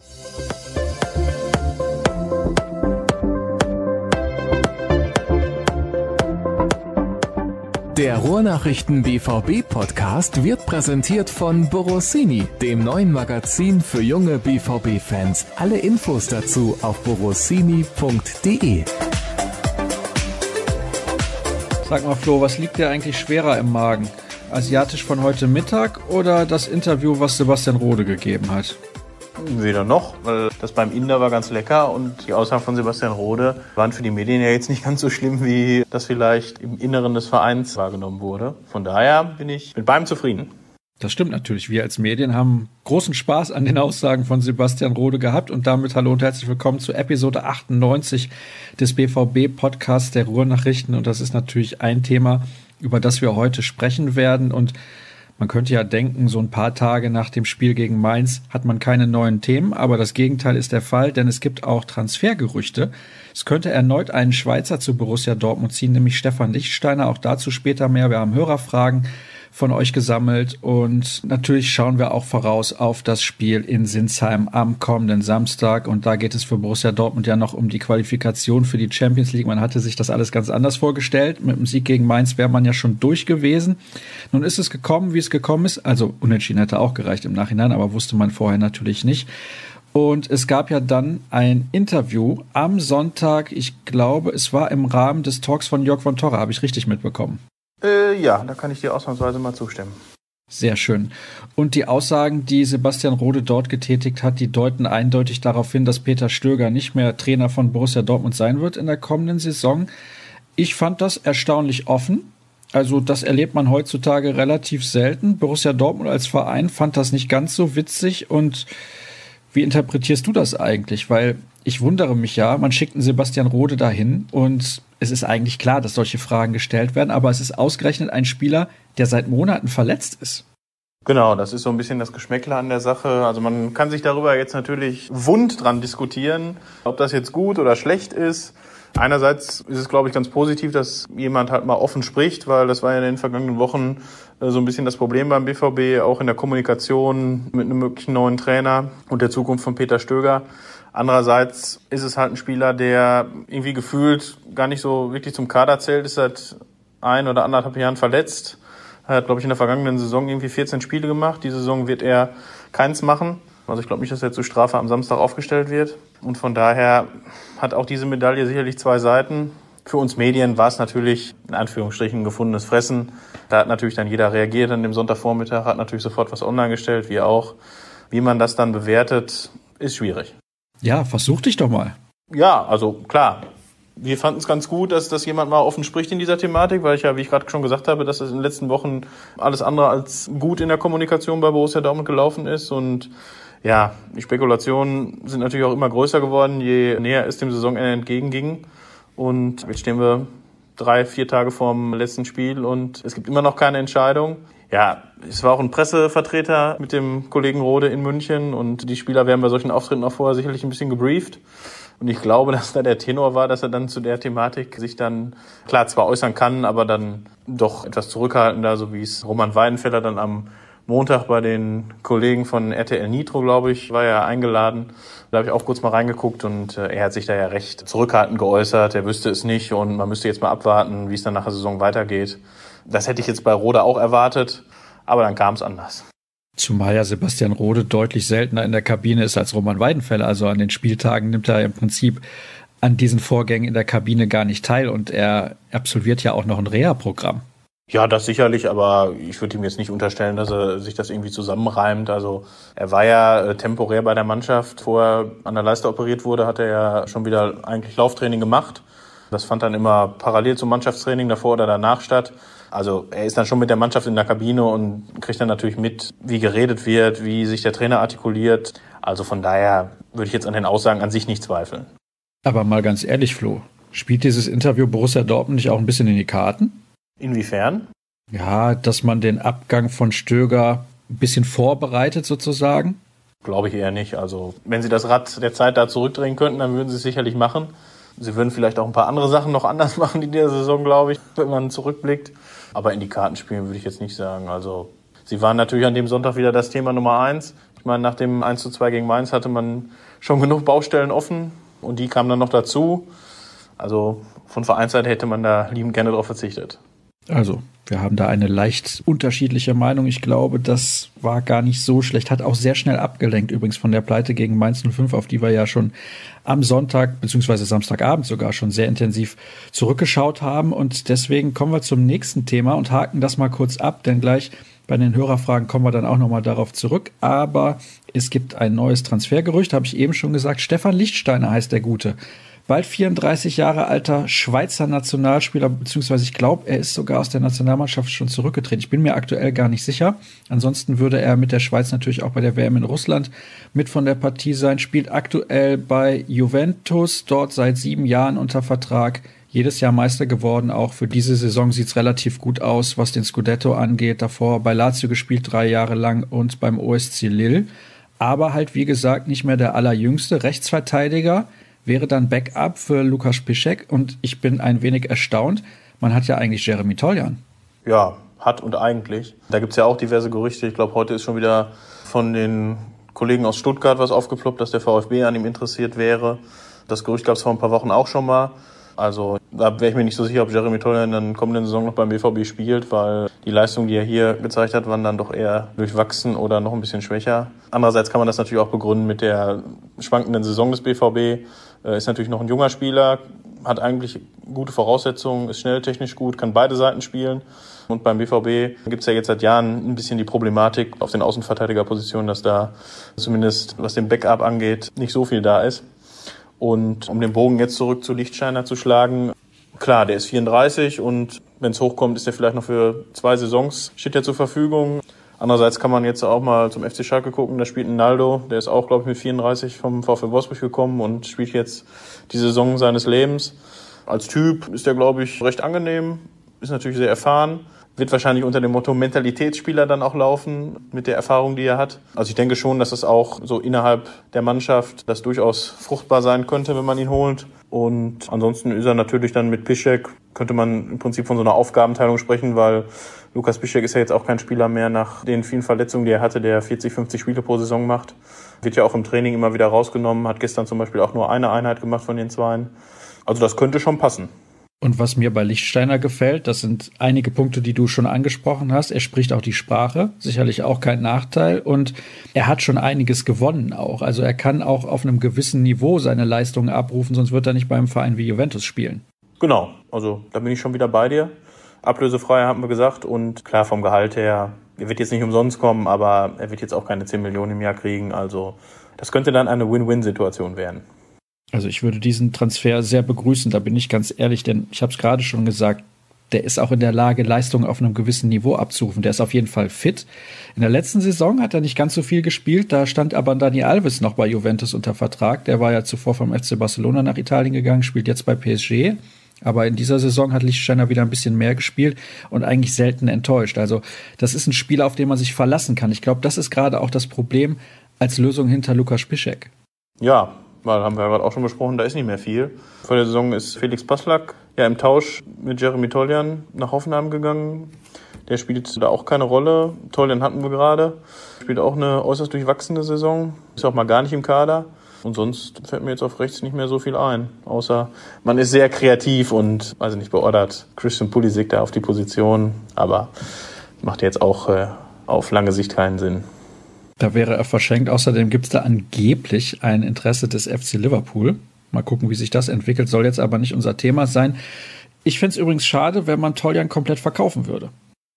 Der Ruhrnachrichten BVB-Podcast wird präsentiert von Borossini, dem neuen Magazin für junge BVB-Fans. Alle Infos dazu auf borossini.de. Sag mal Flo, was liegt dir eigentlich schwerer im Magen? Asiatisch von heute Mittag oder das Interview, was Sebastian Rode gegeben hat? Weder noch, weil das beim Inder war ganz lecker und die Aussagen von Sebastian Rode waren für die Medien ja jetzt nicht ganz so schlimm, wie das vielleicht im Inneren des Vereins wahrgenommen wurde. Von daher bin ich mit beidem zufrieden. Das stimmt natürlich. Wir als Medien haben großen Spaß an den Aussagen von Sebastian Rode gehabt und damit hallo und herzlich willkommen zu Episode 98 des BVB-Podcasts der Ruhrnachrichten. Und das ist natürlich ein Thema, über das wir heute sprechen werden. Und man könnte ja denken, so ein paar Tage nach dem Spiel gegen Mainz hat man keine neuen Themen, aber das Gegenteil ist der Fall, denn es gibt auch Transfergerüchte. Es könnte erneut einen Schweizer zu Borussia Dortmund ziehen, nämlich Stefan Lichtsteiner, auch dazu später mehr. Wir haben Hörerfragen von euch gesammelt und natürlich schauen wir auch voraus auf das Spiel in Sinsheim am kommenden Samstag und da geht es für Borussia Dortmund ja noch um die Qualifikation für die Champions League. Man hatte sich das alles ganz anders vorgestellt. Mit dem Sieg gegen Mainz wäre man ja schon durch gewesen. Nun ist es gekommen, wie es gekommen ist. Also unentschieden hätte auch gereicht im Nachhinein, aber wusste man vorher natürlich nicht. Und es gab ja dann ein Interview am Sonntag. Ich glaube, es war im Rahmen des Talks von Jörg von Torra. Habe ich richtig mitbekommen? Ja, da kann ich dir ausnahmsweise mal zustimmen. Sehr schön. Und die Aussagen, die Sebastian Rode dort getätigt hat, die deuten eindeutig darauf hin, dass Peter Stöger nicht mehr Trainer von Borussia Dortmund sein wird in der kommenden Saison. Ich fand das erstaunlich offen. Also das erlebt man heutzutage relativ selten. Borussia Dortmund als Verein fand das nicht ganz so witzig. Und wie interpretierst du das eigentlich? Weil ich wundere mich ja, man schickt einen Sebastian Rode dahin und es ist eigentlich klar, dass solche Fragen gestellt werden, aber es ist ausgerechnet ein Spieler, der seit Monaten verletzt ist. Genau, das ist so ein bisschen das Geschmäckle an der Sache. Also man kann sich darüber jetzt natürlich wund dran diskutieren, ob das jetzt gut oder schlecht ist. Einerseits ist es, glaube ich, ganz positiv, dass jemand halt mal offen spricht, weil das war ja in den vergangenen Wochen so ein bisschen das Problem beim BVB, auch in der Kommunikation mit einem möglichen neuen Trainer und der Zukunft von Peter Stöger. Andererseits ist es halt ein Spieler, der irgendwie gefühlt gar nicht so wirklich zum Kader zählt, ist seit 1 oder 1,5 Jahren verletzt. Er hat, glaube ich, in der vergangenen Saison irgendwie 14 Spiele gemacht. Die Saison wird er keins machen. Also ich glaube nicht, dass er zur Strafe am Samstag aufgestellt wird. Und von daher hat auch diese Medaille sicherlich zwei Seiten. Für uns Medien war es natürlich in Anführungsstrichen ein gefundenes Fressen. Da hat natürlich dann jeder reagiert an dem Sonntagvormittag, hat natürlich sofort was online gestellt, wir auch. Wie man das dann bewertet, ist schwierig. Ja, versuch dich doch mal. Ja, also klar. Wir fanden es ganz gut, dass jemand mal offen spricht in dieser Thematik, weil ich ja, wie ich gerade schon gesagt habe, dass es in den letzten Wochen alles andere als gut in der Kommunikation bei Borussia Dortmund gelaufen ist. Und ja, die Spekulationen sind natürlich auch immer größer geworden, je näher es dem Saisonende entgegenging. Und jetzt stehen wir 3-4 Tage vorm letzten Spiel und es gibt immer noch keine Entscheidung. Ja, es war auch ein Pressevertreter mit dem Kollegen Rode in München und die Spieler werden bei solchen Auftritten auch vorher sicherlich ein bisschen gebrieft. Und ich glaube, dass da der Tenor war, dass er dann zu der Thematik sich dann klar zwar äußern kann, aber dann doch etwas zurückhaltender, so wie es Roman Weidenfeller dann am Montag bei den Kollegen von RTL Nitro, glaube ich, war er eingeladen. Da habe ich auch kurz mal reingeguckt und er hat sich da ja recht zurückhaltend geäußert. Er wüsste es nicht und man müsste jetzt mal abwarten, wie es dann nach der Saison weitergeht. Das hätte ich jetzt bei Rode auch erwartet, aber dann kam es anders. Zumal ja Sebastian Rode deutlich seltener in der Kabine ist als Roman Weidenfeller. Also an den Spieltagen nimmt er im Prinzip an diesen Vorgängen in der Kabine gar nicht teil und er absolviert ja auch noch ein Reha-Programm. Ja, das sicherlich, aber ich würde ihm jetzt nicht unterstellen, dass er sich das irgendwie zusammenreimt. Also er war ja temporär bei der Mannschaft. Vorher an der Leiste operiert wurde, hat er ja schon wieder eigentlich Lauftraining gemacht. Das fand dann immer parallel zum Mannschaftstraining davor oder danach statt. Also er ist dann schon mit der Mannschaft in der Kabine und kriegt dann natürlich mit, wie geredet wird, wie sich der Trainer artikuliert. Also von daher würde ich jetzt an den Aussagen an sich nicht zweifeln. Aber mal ganz ehrlich, Flo, spielt dieses Interview Borussia Dortmund nicht auch ein bisschen in die Karten? Inwiefern? Ja, dass man den Abgang von Stöger ein bisschen vorbereitet sozusagen. Glaube ich eher nicht. Also wenn sie das Rad der Zeit da zurückdrehen könnten, dann würden sie es sicherlich machen. Sie würden vielleicht auch ein paar andere Sachen noch anders machen in der Saison, glaube ich, wenn man zurückblickt. Aber in die Karten spielen würde ich jetzt nicht sagen. Also sie waren natürlich an dem Sonntag wieder das Thema Nummer 1. Ich meine, nach dem 1:2 gegen Mainz hatte man schon genug Baustellen offen und die kamen dann noch dazu. Also von Vereinsseite hätte man da liebend gerne darauf verzichtet. Also, wir haben da eine leicht unterschiedliche Meinung. Ich glaube, das war gar nicht so schlecht. Hat auch sehr schnell abgelenkt, übrigens von der Pleite gegen Mainz 05, auf die wir ja schon am Sonntag bzw. Samstagabend sogar schon sehr intensiv zurückgeschaut haben. Und deswegen kommen wir zum nächsten Thema und haken das mal kurz ab, denn gleich bei den Hörerfragen kommen wir dann auch nochmal darauf zurück. Aber es gibt ein neues Transfergerücht, habe ich eben schon gesagt. Stefan Lichtsteiner heißt der Gute. Bald 34 Jahre alter Schweizer Nationalspieler, beziehungsweise ich glaube, er ist sogar aus der Nationalmannschaft schon zurückgetreten. Ich bin mir aktuell gar nicht sicher. Ansonsten würde er mit der Schweiz natürlich auch bei der WM in Russland mit von der Partie sein. Spielt aktuell bei Juventus, dort seit 7 Jahren unter Vertrag. Jedes Jahr Meister geworden. Auch für diese Saison sieht's relativ gut aus, was den Scudetto angeht. Davor bei Lazio gespielt 3 Jahre lang und beim OSC Lille. Aber halt, wie gesagt, nicht mehr der allerjüngste Rechtsverteidiger. Wäre dann Backup für Lukas Piszczek und ich bin ein wenig erstaunt. Man hat ja eigentlich Jeremy Toljan. Ja, hat und eigentlich. Da gibt's ja auch diverse Gerüchte. Ich glaube, heute ist schon wieder von den Kollegen aus Stuttgart was aufgeploppt, dass der VfB an ihm interessiert wäre. Das Gerücht gab's vor ein paar Wochen auch schon mal. Also da wäre ich mir nicht so sicher, ob Jeremy Toljan in der kommenden Saison noch beim BVB spielt, weil die Leistungen, die er hier gezeigt hat, waren dann doch eher durchwachsen oder noch ein bisschen schwächer. Andererseits kann man das natürlich auch begründen mit der schwankenden Saison des BVB. Ist natürlich noch ein junger Spieler, hat eigentlich gute Voraussetzungen, ist schnell, technisch gut, kann beide Seiten spielen. Und beim BVB gibt's ja jetzt seit Jahren ein bisschen die Problematik auf den Außenverteidigerpositionen, dass da zumindest, was den Backup angeht, nicht so viel da ist. Und um den Bogen jetzt zurück zu Lichtsteiner zu schlagen, klar, der ist 34 und wenn es hochkommt, ist er vielleicht noch für 2 Saisons, steht er zur Verfügung. Andererseits kann man jetzt auch mal zum FC Schalke gucken, da spielt ein Naldo, der ist auch, glaube ich, mit 34 vom VfL Wolfsburg gekommen und spielt jetzt die Saison seines Lebens. Als Typ ist er, glaube ich, recht angenehm, ist natürlich sehr erfahren, wird wahrscheinlich unter dem Motto Mentalitätsspieler dann auch laufen mit der Erfahrung, die er hat. Also ich denke schon, dass das auch so innerhalb der Mannschaft das durchaus fruchtbar sein könnte, wenn man ihn holt. Und ansonsten ist er natürlich dann mit Piszczek, könnte man im Prinzip von so einer Aufgabenteilung sprechen, weil Lukas Piszczek ist ja jetzt auch kein Spieler mehr nach den vielen Verletzungen, die er hatte, der 40, 50 Spiele pro Saison macht. Wird ja auch im Training immer wieder rausgenommen, hat gestern zum Beispiel auch nur eine Einheit gemacht von den 2. Also das könnte schon passen. Und was mir bei Lichtsteiner gefällt, das sind einige Punkte, die du schon angesprochen hast. Er spricht auch die Sprache, sicherlich auch kein Nachteil. Und er hat schon einiges gewonnen auch. Also er kann auch auf einem gewissen Niveau seine Leistungen abrufen, sonst wird er nicht beim Verein wie Juventus spielen. Genau, also da bin ich schon wieder bei dir. Ablösefrei haben wir gesagt und klar vom Gehalt her, er wird jetzt nicht umsonst kommen, aber er wird jetzt auch keine 10 Millionen im Jahr kriegen. Also das könnte dann eine Win-Win-Situation werden. Also ich würde diesen Transfer sehr begrüßen, da bin ich ganz ehrlich, denn ich habe es gerade schon gesagt, der ist auch in der Lage, Leistungen auf einem gewissen Niveau abzurufen. Der ist auf jeden Fall fit. In der letzten Saison hat er nicht ganz so viel gespielt, da stand aber Dani Alves noch bei Juventus unter Vertrag. Der war ja zuvor vom FC Barcelona nach Italien gegangen, spielt jetzt bei PSG. Aber in dieser Saison hat Lichtsteiner wieder ein bisschen mehr gespielt und eigentlich selten enttäuscht. Also das ist ein Spieler, auf den man sich verlassen kann. Ich glaube, das ist gerade auch das Problem als Lösung hinter Lukas Piszczek. Ja, weil haben wir ja gerade auch schon besprochen, da ist nicht mehr viel. Vor der Saison ist Felix Passlack ja im Tausch mit Jeremy Toljan nach Hoffenheim gegangen. Der spielt da auch keine Rolle. Toljan hatten wir gerade. Spielt auch eine äußerst durchwachsene Saison. Ist auch mal gar nicht im Kader. Und sonst fällt mir jetzt auf rechts nicht mehr so viel ein. Außer man ist sehr kreativ und, weiß ich nicht, beordert Christian Pulisic da auf die Position. Aber macht jetzt auch auf lange Sicht keinen Sinn. Da wäre er verschenkt. Außerdem gibt es da angeblich ein Interesse des FC Liverpool. Mal gucken, wie sich das entwickelt. Soll jetzt aber nicht unser Thema sein. Ich finde es übrigens schade, wenn man Toljan komplett verkaufen würde.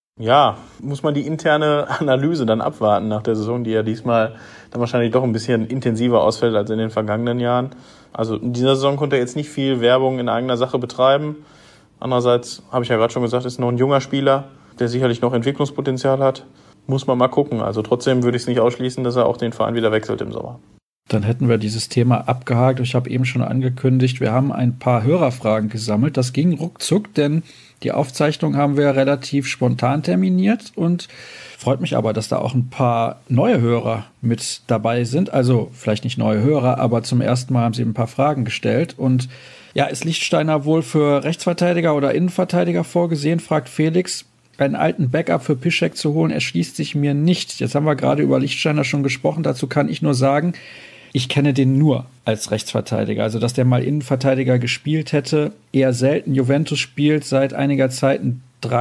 Ja, muss man die interne Analyse dann abwarten nach der Saison, die ja diesmal dann wahrscheinlich doch ein bisschen intensiver ausfällt als in den vergangenen Jahren. Also in dieser Saison konnte er jetzt nicht viel Werbung in eigener Sache betreiben. Andererseits, habe ich ja gerade schon gesagt, ist noch ein junger Spieler, der sicherlich noch Entwicklungspotenzial hat. Muss man mal gucken. Also trotzdem würde ich es nicht ausschließen, dass er auch den Verein wieder wechselt im Sommer. Dann hätten wir dieses Thema abgehakt. Ich habe eben schon angekündigt, wir haben ein paar Hörerfragen gesammelt. Das ging ruckzuck, denn die Aufzeichnung haben wir relativ spontan terminiert und freut mich aber, dass da auch ein paar neue Hörer mit dabei sind. Also vielleicht nicht neue Hörer, aber zum ersten Mal haben sie ein paar Fragen gestellt. Und ja, ist Lichtsteiner wohl für Rechtsverteidiger oder Innenverteidiger vorgesehen, fragt Felix. einen alten Backup für Piszczek zu holen, erschließt sich mir nicht. Jetzt haben wir gerade über Lichtsteiner schon gesprochen. Dazu kann ich nur sagen, ich kenne den nur als Rechtsverteidiger. Also, dass der mal Innenverteidiger gespielt hätte, eher selten. Juventus spielt seit einiger Zeit ein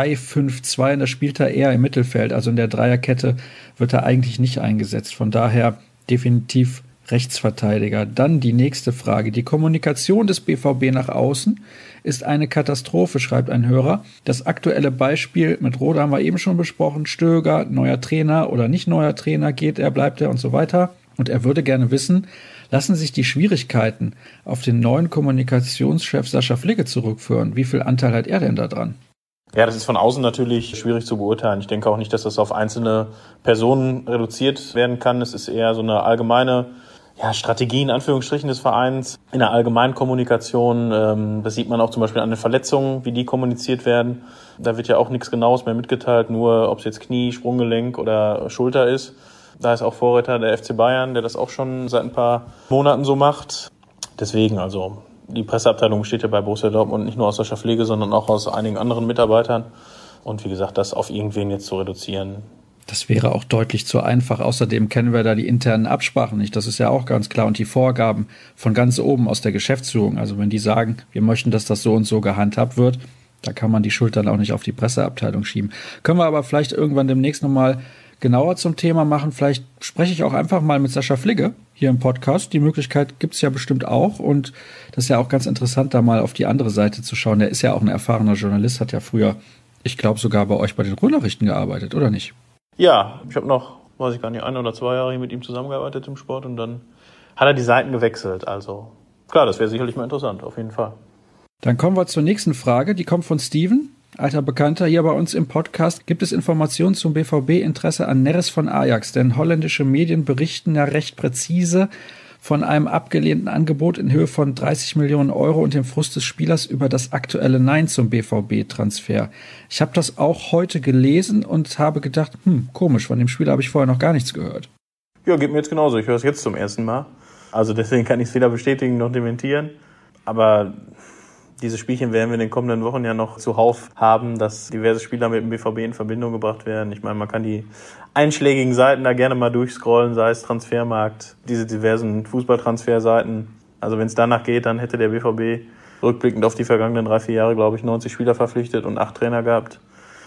3-5-2 und da spielt er eher im Mittelfeld. Also in der Dreierkette wird er eigentlich nicht eingesetzt. Von daher definitiv Rechtsverteidiger. Dann die nächste Frage. Die Kommunikation des BVB nach außen ist eine Katastrophe, schreibt ein Hörer. Das aktuelle Beispiel mit Rode haben wir eben schon besprochen. Stöger, neuer Trainer oder nicht neuer Trainer, geht er, bleibt er und so weiter. Und er würde gerne wissen, lassen sich die Schwierigkeiten auf den neuen Kommunikationschef Sascha Fligge zurückführen? Wie viel Anteil hat er denn da dran? Ja, das ist von außen natürlich schwierig zu beurteilen. Ich denke auch nicht, dass das auf einzelne Personen reduziert werden kann. Es ist eher so eine allgemeine Strategie in Anführungsstrichen des Vereins, in der allgemeinen Kommunikation. Das sieht man auch zum Beispiel an den Verletzungen, wie die kommuniziert werden. Da wird ja auch nichts Genaues mehr mitgeteilt, nur ob es jetzt Knie, Sprunggelenk oder Schulter ist. Da ist auch Vorreiter der FC Bayern, der das auch schon seit ein paar Monaten so macht. Deswegen, also die Presseabteilung besteht ja bei Borussia Dortmund nicht nur aus Sascha Fligge, sondern auch aus einigen anderen Mitarbeitern. Und wie gesagt, das auf irgendwen jetzt zu reduzieren. Das wäre auch deutlich zu einfach. Außerdem kennen wir da die internen Absprachen nicht. Das ist ja auch ganz klar. Und die Vorgaben von ganz oben aus der Geschäftsführung. Also wenn die sagen, wir möchten, dass das so und so gehandhabt wird, da kann man die Schuld dann auch nicht auf die Presseabteilung schieben. Können wir aber vielleicht irgendwann demnächst nochmal genauer zum Thema machen. Vielleicht spreche ich auch einfach mal mit Sascha Fligge hier im Podcast. Die Möglichkeit gibt es ja bestimmt auch. Und das ist ja auch ganz interessant, da mal auf die andere Seite zu schauen. Der ist ja auch ein erfahrener Journalist, hat ja früher, ich glaube sogar bei euch bei den Ruhrnachrichten gearbeitet, oder nicht? Ja, ich habe noch, 1 oder 2 Jahre mit ihm zusammengearbeitet im Sport und dann hat er die Seiten gewechselt. Also klar, das wäre sicherlich mal interessant, auf jeden Fall. Dann kommen wir zur nächsten Frage. Die kommt von Steven. Alter Bekannter, hier bei uns im Podcast gibt es Informationen zum BVB-Interesse an Neres von Ajax, denn holländische Medien berichten ja recht präzise von einem abgelehnten Angebot in Höhe von 30 Millionen Euro und dem Frust des Spielers über das aktuelle Nein zum BVB-Transfer. Ich habe das auch heute gelesen und habe gedacht, komisch, von dem Spieler habe ich vorher noch gar nichts gehört. Ja, geht mir jetzt genauso. Ich höre es jetzt zum ersten Mal. Also deswegen kann ich es weder bestätigen noch dementieren. Aber diese Spielchen werden wir in den kommenden Wochen ja noch zuhauf haben, dass diverse Spieler mit dem BVB in Verbindung gebracht werden. Ich meine, man kann die einschlägigen Seiten da gerne mal durchscrollen, sei es Transfermarkt, diese diversen Fußballtransferseiten. Also wenn es danach geht, dann hätte der BVB rückblickend auf die vergangenen 3-4 Jahre, glaube ich, 90 Spieler verpflichtet und 8 Trainer gehabt.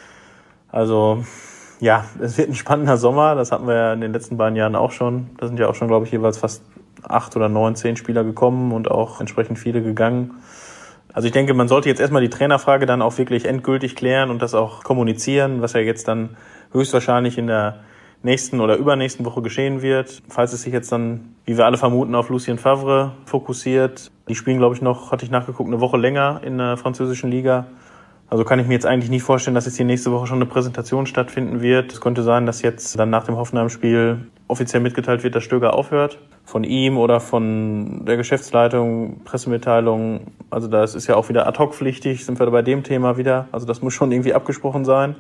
Also ja, es wird ein spannender Sommer. Das hatten wir ja in den letzten beiden Jahren auch schon. Da sind ja auch schon, glaube ich, jeweils fast 8 oder 9, 10 Spieler gekommen und auch entsprechend viele gegangen. Also ich denke, man sollte jetzt erstmal die Trainerfrage dann auch wirklich endgültig klären und das auch kommunizieren, was ja jetzt dann höchstwahrscheinlich in der nächsten oder übernächsten Woche geschehen wird. Falls es sich jetzt dann, wie wir alle vermuten, auf Lucien Favre fokussiert. Die spielen, glaube ich, noch, hatte ich nachgeguckt, eine Woche länger in der französischen Liga. Also kann ich mir jetzt eigentlich nicht vorstellen, dass jetzt die nächste Woche schon eine Präsentation stattfinden wird. Es könnte sein, dass jetzt dann nach dem Hoffenheim-Spiel offiziell mitgeteilt wird, dass Stöger aufhört. Von ihm oder von der Geschäftsleitung, Pressemitteilung. Also das ist ja auch wieder ad-hoc-pflichtig, sind wir bei dem Thema wieder. Also das muss schon irgendwie abgesprochen sein.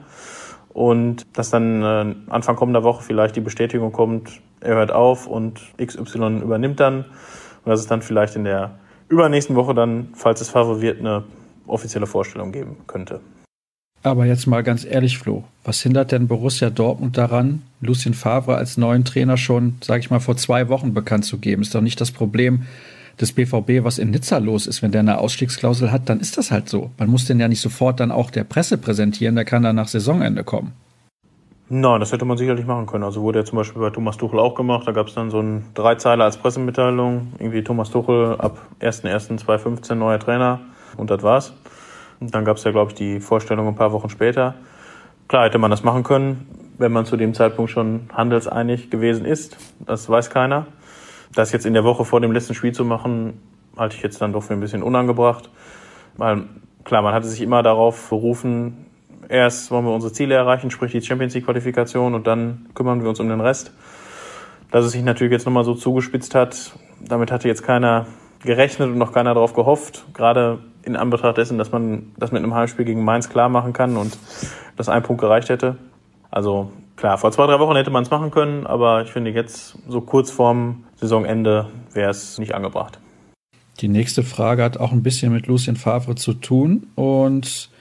Und dass dann Anfang kommender Woche vielleicht die Bestätigung kommt, er hört auf und XY übernimmt dann. Und dass es dann vielleicht in der übernächsten Woche dann, falls es Favre wird, eine offizielle Vorstellung geben könnte. Aber jetzt mal ganz ehrlich, Flo, was hindert denn Borussia Dortmund daran, Lucien Favre als neuen Trainer schon, sage ich mal, vor 2 Wochen bekannt zu geben? Ist doch nicht das Problem des BVB, was in Nizza los ist. Wenn der eine Ausstiegsklausel hat, dann ist das halt so. Man muss den ja nicht sofort dann auch der Presse präsentieren, der kann dann nach Saisonende kommen. Nein, das hätte man sicherlich machen können. Also wurde ja zum Beispiel bei Thomas Tuchel auch gemacht. Da gab es dann so einen 3-Zeiler als Pressemitteilung. Irgendwie Thomas Tuchel ab 1.1.2015 neuer Trainer. Und das war's. Und dann gab es ja, glaube ich, die Vorstellung ein paar Wochen später. Klar hätte man das machen können, wenn man zu dem Zeitpunkt schon handelseinig gewesen ist. Das weiß keiner. Das jetzt in der Woche vor dem letzten Spiel zu machen, halte ich jetzt dann doch für ein bisschen unangebracht. Weil, klar, man hatte sich immer darauf berufen, erst wollen wir unsere Ziele erreichen, sprich die Champions-League-Qualifikation, und dann kümmern wir uns um den Rest. Dass es sich natürlich jetzt nochmal so zugespitzt hat, damit hatte jetzt keiner gerechnet und noch keiner darauf gehofft. Gerade in Anbetracht dessen, dass man das mit einem Heimspiel gegen Mainz klar machen kann und dass ein Punkt gereicht hätte. Also klar, vor 2-3 Wochen hätte man es machen können, aber ich finde jetzt so kurz vorm Saisonende wäre es nicht angebracht. Die nächste Frage hat auch ein bisschen mit Lucien Favre zu tun und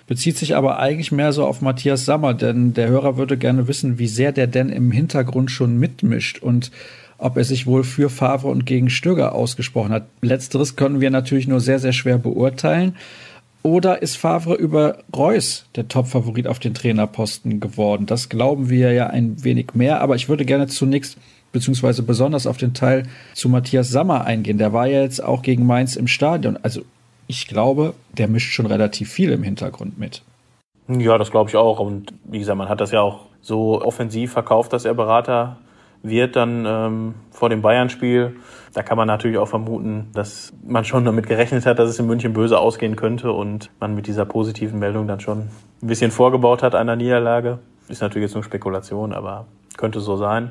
bezieht sich aber eigentlich mehr so auf Matthias Sammer, denn der Hörer würde gerne wissen, wie sehr der denn im Hintergrund schon mitmischt und ob er sich wohl für Favre und gegen Stöger ausgesprochen hat. Letzteres können wir natürlich nur sehr, sehr schwer beurteilen. Oder ist Favre über Reus der Top-Favorit auf den Trainerposten geworden? Das glauben wir ja ein wenig mehr, aber ich würde gerne zunächst beziehungsweise besonders auf den Teil zu Matthias Sammer eingehen. Der war ja jetzt auch gegen Mainz im Stadion. Also ich glaube, der mischt schon relativ viel im Hintergrund mit. Ja, das glaube ich auch. Und wie gesagt, man hat das ja auch so offensiv verkauft, dass er Berater wird dann vor dem Bayern-Spiel. Da kann man natürlich auch vermuten, dass man schon damit gerechnet hat, dass es in München böse ausgehen könnte und man mit dieser positiven Meldung dann schon ein bisschen vorgebaut hat einer Niederlage. Ist natürlich jetzt nur Spekulation, aber könnte so sein.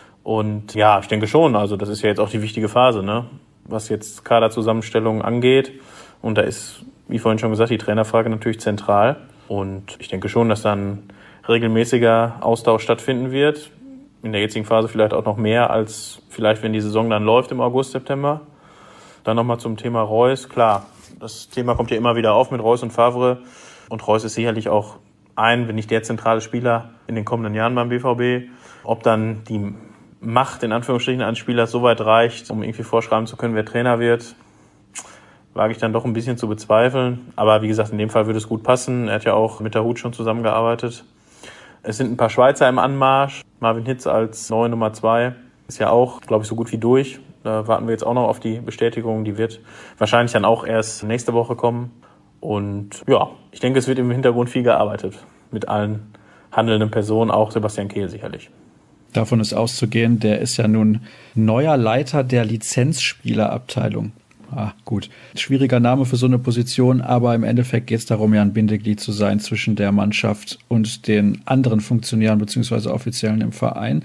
Und ja, ich denke schon, also das ist ja jetzt auch die wichtige Phase, ne? Was jetzt Kaderzusammenstellung angeht. Und da ist, wie vorhin schon gesagt, die Trainerfrage natürlich zentral. Und ich denke schon, dass dann regelmäßiger Austausch stattfinden wird. In der jetzigen Phase vielleicht auch noch mehr als vielleicht, wenn die Saison dann läuft im August, September. Dann nochmal zum Thema Reus. Klar, das Thema kommt ja immer wieder auf mit Reus und Favre. Und Reus ist sicherlich auch wenn nicht der zentrale Spieler in den kommenden Jahren beim BVB. Ob dann die Macht, in Anführungsstrichen, eines Spielers so weit reicht, um irgendwie vorschreiben zu können, wer Trainer wird, wage ich dann doch ein bisschen zu bezweifeln. Aber wie gesagt, in dem Fall würde es gut passen. Er hat ja auch mit der Hut schon zusammengearbeitet. Es sind ein paar Schweizer im Anmarsch. Marvin Hitz als neue Nummer 2 ist ja auch, glaube ich, so gut wie durch. Da warten wir jetzt auch noch auf die Bestätigung. Die wird wahrscheinlich dann auch erst nächste Woche kommen. Und ja, ich denke, es wird im Hintergrund viel gearbeitet mit allen handelnden Personen, auch Sebastian Kehl sicherlich. Davon ist auszugehen, der ist ja nun neuer Leiter der Lizenzspielerabteilung. Gut. Schwieriger Name für so eine Position, aber im Endeffekt geht es darum, ja ein Bindeglied zu sein zwischen der Mannschaft und den anderen Funktionären bzw. Offiziellen im Verein.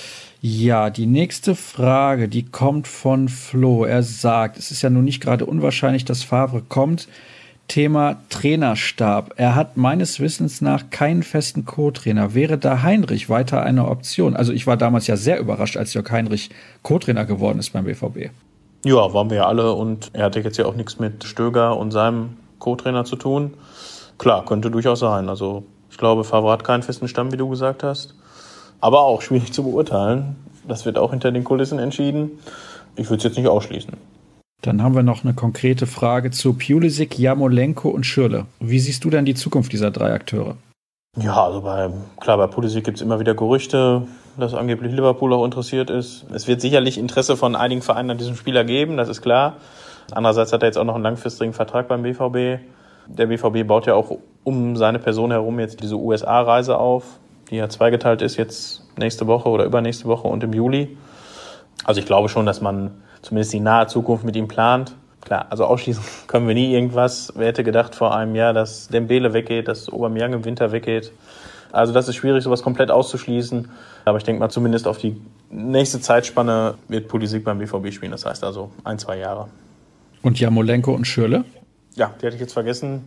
Ja, die nächste Frage, die kommt von Flo. Er sagt, es ist ja nun nicht gerade unwahrscheinlich, dass Favre kommt. Thema Trainerstab. Er hat meines Wissens nach keinen festen Co-Trainer. Wäre da Heinrich weiter eine Option? Also ich war damals ja sehr überrascht, als Jörg Heinrich Co-Trainer geworden ist beim BVB. Ja, waren wir ja alle und er hatte jetzt ja auch nichts mit Stöger und seinem Co-Trainer zu tun. Klar, könnte durchaus sein. Also ich glaube, Favre hat keinen festen Stamm, wie du gesagt hast. Aber auch schwierig zu beurteilen. Das wird auch hinter den Kulissen entschieden. Ich würde es jetzt nicht ausschließen. Dann haben wir noch eine konkrete Frage zu Pulisic, Jarmolenko und Schürrle. Wie siehst du denn die Zukunft dieser 3 Akteure? Ja, also bei Pulisic gibt es immer wieder Gerüchte, dass angeblich Liverpool auch interessiert ist. Es wird sicherlich Interesse von einigen Vereinen an diesem Spieler geben, das ist klar. Andererseits hat er jetzt auch noch einen langfristigen Vertrag beim BVB. Der BVB baut ja auch um seine Person herum jetzt diese USA-Reise auf, die ja zweigeteilt ist, jetzt nächste Woche oder übernächste Woche und im Juli. Also ich glaube schon, dass man zumindest die nahe Zukunft mit ihm plant. Klar, also ausschließen können wir nie irgendwas. Wer hätte gedacht vor einem Jahr, dass Dembele weggeht, dass Aubameyang im Winter weggeht. Also das ist schwierig, sowas komplett auszuschließen. Aber ich denke mal, zumindest auf die nächste Zeitspanne wird Pulisic beim BVB spielen. Das heißt also 1-2 Jahre. Und Jarmolenko und Schürrle? Ja, die hatte ich jetzt vergessen.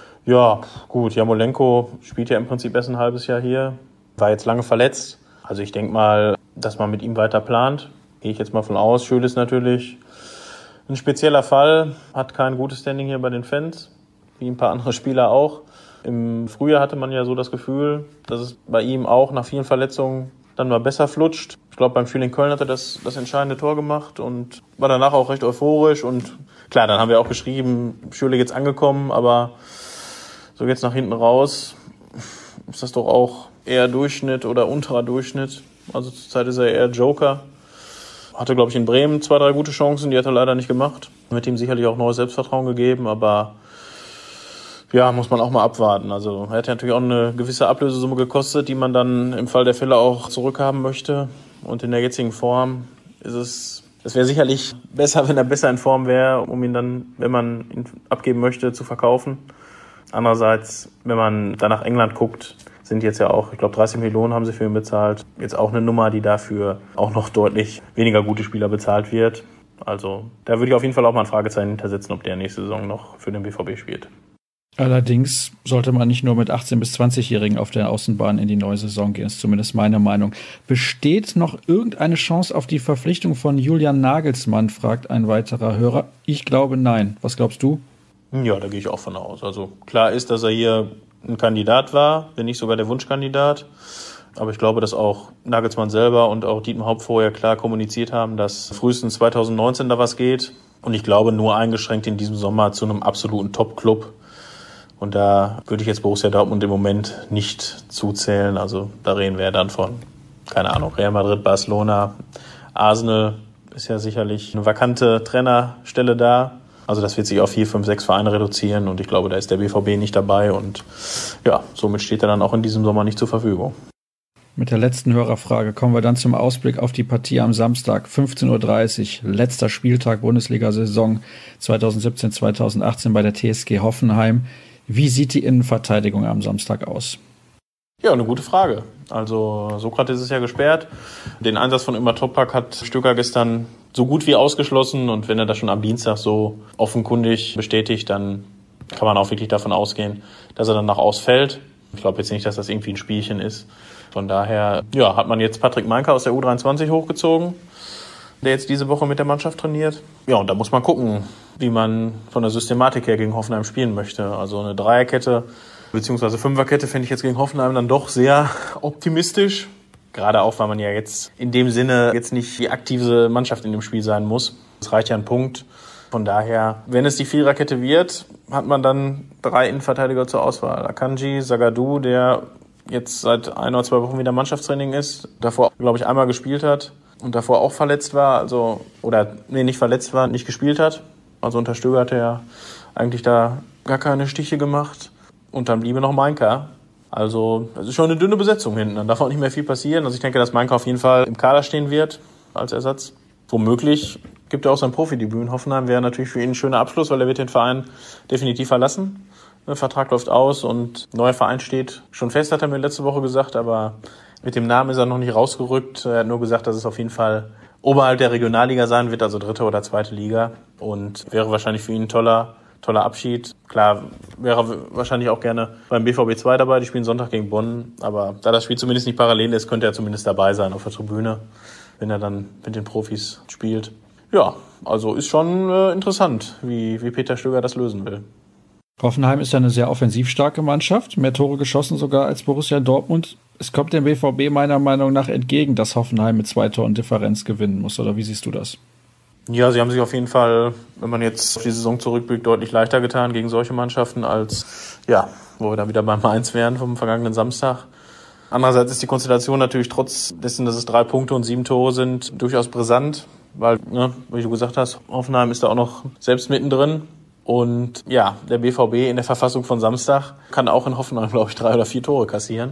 Ja, gut, Jarmolenko spielt ja im Prinzip erst ein halbes Jahr hier. War jetzt lange verletzt. Also ich denke mal, dass man mit ihm weiter plant. Gehe ich jetzt mal von aus. Schürrle ist natürlich ein spezieller Fall, hat kein gutes Standing hier bei den Fans, wie ein paar andere Spieler auch. Im Frühjahr hatte man ja so das Gefühl, dass es bei ihm auch nach vielen Verletzungen dann mal besser flutscht. Ich glaube, beim Spiel in Köln hat er das entscheidende Tor gemacht und war danach auch recht euphorisch. Und klar, dann haben wir auch geschrieben, Schürrle jetzt angekommen, aber so jetzt nach hinten raus ist das doch auch eher Durchschnitt oder unterer Durchschnitt. Also zurzeit ist er eher Joker. Hatte, glaube ich, in Bremen 2, 3 gute Chancen, die hat er leider nicht gemacht. Hat ihm sicherlich auch neues Selbstvertrauen gegeben, aber ja, muss man auch mal abwarten. Also er hat ja natürlich auch eine gewisse Ablösesumme gekostet, die man dann im Fall der Fälle auch zurückhaben möchte. Und in der jetzigen Form es wäre sicherlich besser, wenn er besser in Form wäre, um ihn dann, wenn man ihn abgeben möchte, zu verkaufen. Andererseits, wenn man da nach England guckt, sind jetzt ja auch, ich glaube 30 Millionen haben sie für ihn bezahlt. Jetzt auch eine Nummer, die dafür auch noch deutlich weniger gute Spieler bezahlt wird. Also da würde ich auf jeden Fall auch mal ein Fragezeichen hintersetzen, ob der nächste Saison noch für den BVB spielt. Allerdings sollte man nicht nur mit 18- bis 20-Jährigen auf der Außenbahn in die neue Saison gehen, ist zumindest meine Meinung. Besteht noch irgendeine Chance auf die Verpflichtung von Julian Nagelsmann, fragt ein weiterer Hörer. Ich glaube nein. Was glaubst du? Ja, da gehe ich auch von aus. Also klar ist, dass er hier ein Kandidat war, wenn nicht sogar der Wunschkandidat. Aber ich glaube, dass auch Nagelsmann selber und auch Dietmar Hopp vorher klar kommuniziert haben, dass frühestens 2019 da was geht. Und ich glaube, nur eingeschränkt in diesem Sommer zu einem absoluten Top-Club. Und da würde ich jetzt Borussia Dortmund im Moment nicht zuzählen. Also da reden wir ja dann von, keine Ahnung, Real Madrid, Barcelona, Arsenal ist ja sicherlich eine vakante Trainerstelle da. Also das wird sich auf 4, 5, 6 Vereine reduzieren. Und ich glaube, da ist der BVB nicht dabei. Und ja, somit steht er dann auch in diesem Sommer nicht zur Verfügung. Mit der letzten Hörerfrage kommen wir dann zum Ausblick auf die Partie am Samstag, 15:30 Uhr, letzter Spieltag Bundesliga-Saison 2017-2018 bei der TSG Hoffenheim. Wie sieht die Innenverteidigung am Samstag aus? Ja, eine gute Frage. Also Sokrates ist ja gesperrt. Den Einsatz von Ömer Toprak hat Stöger gestern so gut wie ausgeschlossen. Und wenn er das schon am Dienstag so offenkundig bestätigt, dann kann man auch wirklich davon ausgehen, dass er danach ausfällt. Ich glaube jetzt nicht, dass das irgendwie ein Spielchen ist. Von daher ja, hat man jetzt Patrick Meinka aus der U23 hochgezogen, der jetzt diese Woche mit der Mannschaft trainiert. Ja, und da muss man gucken, wie man von der Systematik her gegen Hoffenheim spielen möchte. Also eine Dreierkette bzw. Fünferkette finde ich jetzt gegen Hoffenheim dann doch sehr optimistisch. Gerade auch, weil man ja jetzt in dem Sinne jetzt nicht die aktive Mannschaft in dem Spiel sein muss. Es reicht ja ein Punkt. Von daher, wenn es die Viererkette wird, hat man dann 3 Innenverteidiger zur Auswahl. Akanji, Zagadou, der jetzt seit 1 oder 2 Wochen wieder Mannschaftstraining ist, davor, glaube ich, einmal gespielt hat und davor auch verletzt war, nicht verletzt war, nicht gespielt hat. Also unter Stöger hat er eigentlich da gar keine Stiche gemacht. Und dann bliebe noch Meinka. Also das ist schon eine dünne Besetzung hinten, dann darf auch nicht mehr viel passieren. Also ich denke, dass Meinka auf jeden Fall im Kader stehen wird als Ersatz. Womöglich gibt er auch sein Profidebüt in Hoffenheim, wäre natürlich für ihn ein schöner Abschluss, weil er wird den Verein definitiv verlassen. Der Vertrag läuft aus und neuer Verein steht schon fest, hat er mir letzte Woche gesagt, aber mit dem Namen ist er noch nicht rausgerückt. Er hat nur gesagt, dass es auf jeden Fall oberhalb der Regionalliga sein wird, also 3. oder 2. Liga. Und wäre wahrscheinlich für ihn ein toller Abschied. Klar, wäre wahrscheinlich auch gerne beim BVB 2 dabei, die spielen Sonntag gegen Bonn. Aber da das Spiel zumindest nicht parallel ist, könnte er zumindest dabei sein auf der Tribüne, wenn er dann mit den Profis spielt. Ja, also ist schon interessant, wie Peter Stöger das lösen will. Hoffenheim ist ja eine sehr offensiv starke Mannschaft, mehr Tore geschossen sogar als Borussia Dortmund. Es kommt dem BVB meiner Meinung nach entgegen, dass Hoffenheim mit 2 Toren Differenz gewinnen muss, oder wie siehst du das? Ja, sie haben sich auf jeden Fall, wenn man jetzt auf die Saison zurückblickt, deutlich leichter getan gegen solche Mannschaften als, ja, wo wir dann wieder beim 1 wären vom vergangenen Samstag. Andererseits ist die Konstellation natürlich trotz dessen, dass es 3 Punkte und 7 Tore sind, durchaus brisant, weil, wie du gesagt hast, Hoffenheim ist da auch noch selbst mittendrin. Und ja, der BVB in der Verfassung von Samstag kann auch in Hoffenheim, glaube ich, 3 oder 4 Tore kassieren.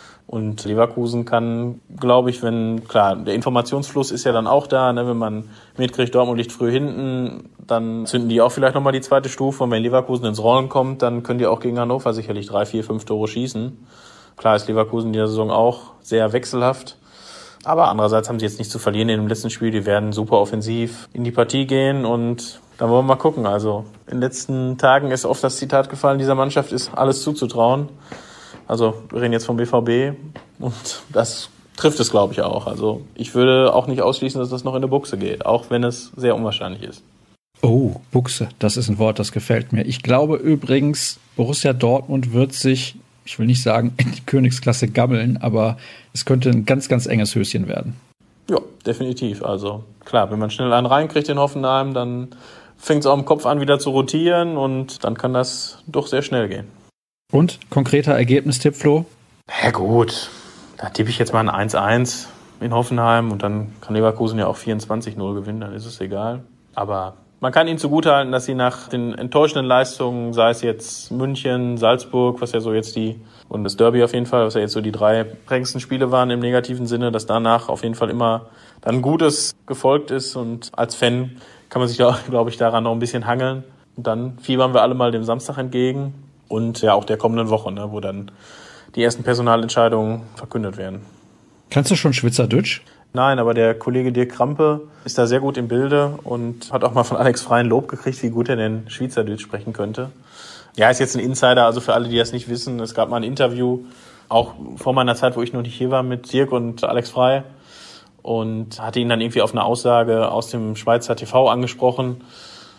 Und Leverkusen kann, glaube ich, der Informationsfluss ist ja dann auch da, ne, wenn man mitkriegt, Dortmund liegt früh hinten, dann zünden die auch vielleicht nochmal die zweite Stufe. Und wenn Leverkusen ins Rollen kommt, dann können die auch gegen Hannover sicherlich 3, 4, 5 Tore schießen. Klar ist Leverkusen in dieser Saison auch sehr wechselhaft. Aber andererseits haben sie jetzt nicht zu verlieren in dem letzten Spiel. Die werden super offensiv in die Partie gehen und dann wollen wir mal gucken. Also in den letzten Tagen ist oft das Zitat gefallen, dieser Mannschaft ist alles zuzutrauen. Also wir reden jetzt vom BVB und das trifft es, glaube ich, auch. Also ich würde auch nicht ausschließen, dass das noch in der Buchse geht, auch wenn es sehr unwahrscheinlich ist. Oh, Buchse, das ist ein Wort, das gefällt mir. Ich glaube übrigens, Borussia Dortmund wird sich, ich will nicht sagen, in die Königsklasse gammeln, aber es könnte ein ganz, ganz enges Höschen werden. Ja, definitiv. Also klar, wenn man schnell einen reinkriegt in Hoffenheim, dann fängt es auch im Kopf an, wieder zu rotieren und dann kann das doch sehr schnell gehen. Und konkreter Ergebnistipp, Flo? Ja gut, da tippe ich jetzt mal ein 1-1 in Hoffenheim und dann kann Leverkusen ja auch 24-0 gewinnen, dann ist es egal. Aber man kann ihnen zugutehalten, dass sie nach den enttäuschenden Leistungen, sei es jetzt München, Salzburg, was ja so jetzt und das Derby auf jeden Fall, was ja jetzt so die 3 prägendsten Spiele waren im negativen Sinne, dass danach auf jeden Fall immer dann Gutes gefolgt ist und als Fan kann man sich da, glaube ich, daran noch ein bisschen hangeln. Und dann fiebern wir alle mal dem Samstag entgegen und ja auch der kommenden Woche, ne, wo dann die ersten Personalentscheidungen verkündet werden. Kannst du schon Schweizerdeutsch? Nein, aber der Kollege Dirk Krampe ist da sehr gut im Bilde und hat auch mal von Alex Freien Lob gekriegt, wie gut er denn Schweizerdeutsch sprechen könnte. Ja, ist jetzt ein Insider, also für alle, die das nicht wissen, es gab mal ein Interview, auch vor meiner Zeit, wo ich noch nicht hier war, mit Dirk und Alex Frey und hatte ihn dann irgendwie auf eine Aussage aus dem Schweizer TV angesprochen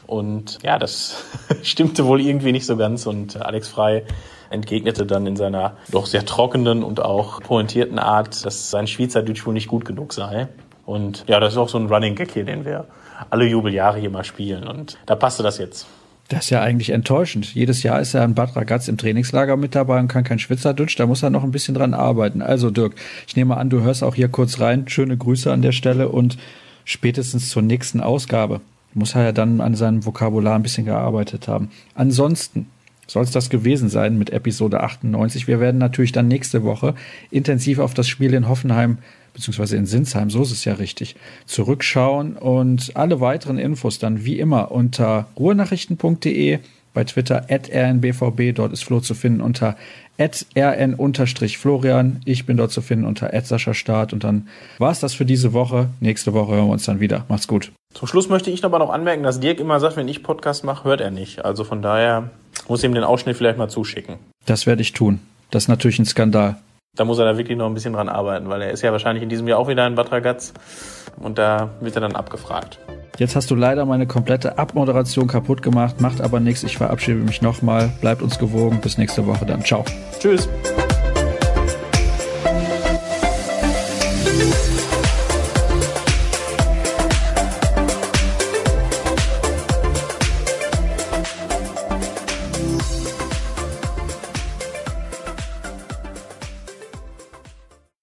Und ja, das stimmte wohl irgendwie nicht so ganz und Alex Frey entgegnete dann in seiner doch sehr trockenen und auch pointierten Art, dass sein Schweizerdeutsch wohl nicht gut genug sei. Und ja, das ist auch so ein Running Gag hier, den wir alle Jubeljahre hier mal spielen. Und da passte das jetzt. Das ist ja eigentlich enttäuschend. Jedes Jahr ist er in Bad Ragaz im Trainingslager mit dabei und kann kein Schweizerdeutsch. Da muss er noch ein bisschen dran arbeiten. Also Dirk, ich nehme an, du hörst auch hier kurz rein. Schöne Grüße an der Stelle und spätestens zur nächsten Ausgabe muss er ja dann an seinem Vokabular ein bisschen gearbeitet haben. Ansonsten soll es das gewesen sein mit Episode 98. Wir werden natürlich dann nächste Woche intensiv auf das Spiel in Hoffenheim beziehungsweise in Sinsheim, so ist es ja richtig, zurückschauen und alle weiteren Infos dann wie immer unter ruhrnachrichten.de, bei Twitter @rnbvb, dort ist Flo zu finden unter @rn_Florian, ich bin dort zu finden unter @SaschaStart und dann war es das für diese Woche. Nächste Woche hören wir uns dann wieder. Macht's gut. Zum Schluss möchte ich aber noch anmerken, dass Dirk immer sagt, wenn ich Podcast mache, hört er nicht. Also von daher muss ich ihm den Ausschnitt vielleicht mal zuschicken. Das werde ich tun. Das ist natürlich ein Skandal. Da muss er da wirklich noch ein bisschen dran arbeiten, weil er ist ja wahrscheinlich in diesem Jahr auch wieder in Bad Ragaz und da wird er dann abgefragt. Jetzt hast du leider meine komplette Abmoderation kaputt gemacht, macht aber nichts. Ich verabschiede mich nochmal. Bleibt uns gewogen. Bis nächste Woche dann. Ciao. Tschüss.